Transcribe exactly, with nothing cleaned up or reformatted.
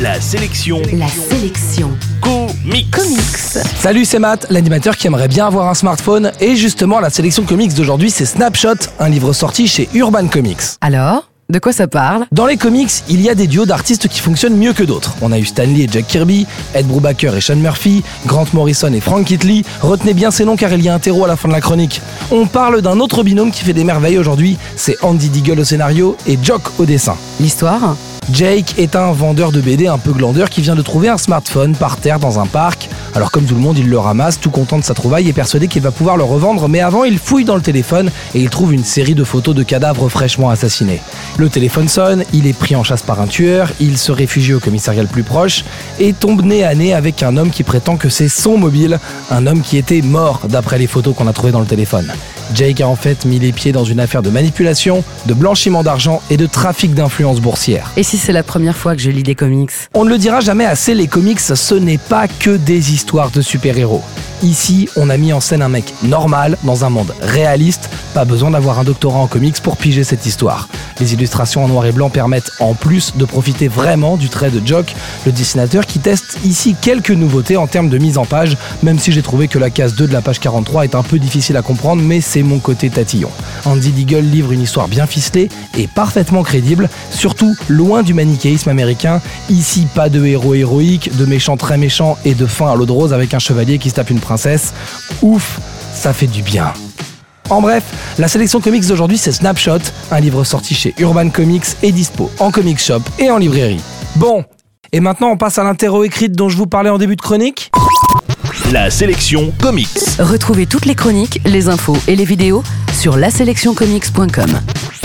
La sélection. La sélection. Comics. Comics. Salut, c'est Matt, l'animateur qui aimerait bien avoir un smartphone. Et justement, la sélection comics d'aujourd'hui, c'est Snapshot, un livre sorti chez Urban Comics. Alors, de quoi ça parle ? Dans les comics, il y a des duos d'artistes qui fonctionnent mieux que d'autres. On a eu Stan Lee et Jack Kirby, Ed Brubaker et Sean Murphy, Grant Morrison et Frank Kitley. Retenez bien ces noms car il y a un terreau à la fin de la chronique. On parle d'un autre binôme qui fait des merveilles aujourd'hui, c'est Andy Diggle au scénario et Jock au dessin. L'histoire ? Jake est un vendeur de B D un peu glandeur qui vient de trouver un smartphone par terre dans un parc. Alors comme tout le monde, il le ramasse, tout content de sa trouvaille et persuadé qu'il va pouvoir le revendre, mais avant il fouille dans le téléphone et il trouve une série de photos de cadavres fraîchement assassinés. Le téléphone sonne, il est pris en chasse par un tueur, il se réfugie au commissariat le plus proche et tombe nez à nez avec un homme qui prétend que c'est son mobile, un homme qui était mort d'après les photos qu'on a trouvées dans le téléphone. Jake a en fait mis les pieds dans une affaire de manipulation, de blanchiment d'argent et de trafic d'influence boursière. Et si c'est la première fois que je lis des comics ? On ne le dira jamais assez, les comics, ce n'est pas que des histoires de super-héros. Ici, on a mis en scène un mec normal, dans un monde réaliste, pas besoin d'avoir un doctorat en comics pour piger cette histoire. Les illustrations en noir et blanc permettent en plus de profiter vraiment du trait de Jock, le dessinateur qui teste ici quelques nouveautés en termes de mise en page, même si j'ai trouvé que la case deux de la page quarante-trois est un peu difficile à comprendre, mais c'est mon côté tatillon. Andy Diggle livre une histoire bien ficelée et parfaitement crédible, surtout loin du manichéisme américain. Ici, pas de héros héroïques, de méchants très méchants et de fin à l'eau de rose avec un chevalier qui se tape une princesse. Ouf, ça fait du bien. En bref, la sélection comics d'aujourd'hui, c'est Snapshot, un livre sorti chez Urban Comics et dispo en comic shop et en librairie. Bon, et maintenant on passe à l'interro écrite dont je vous parlais en début de chronique. La sélection comics. Retrouvez toutes les chroniques, les infos et les vidéos sur la sélection comics point com.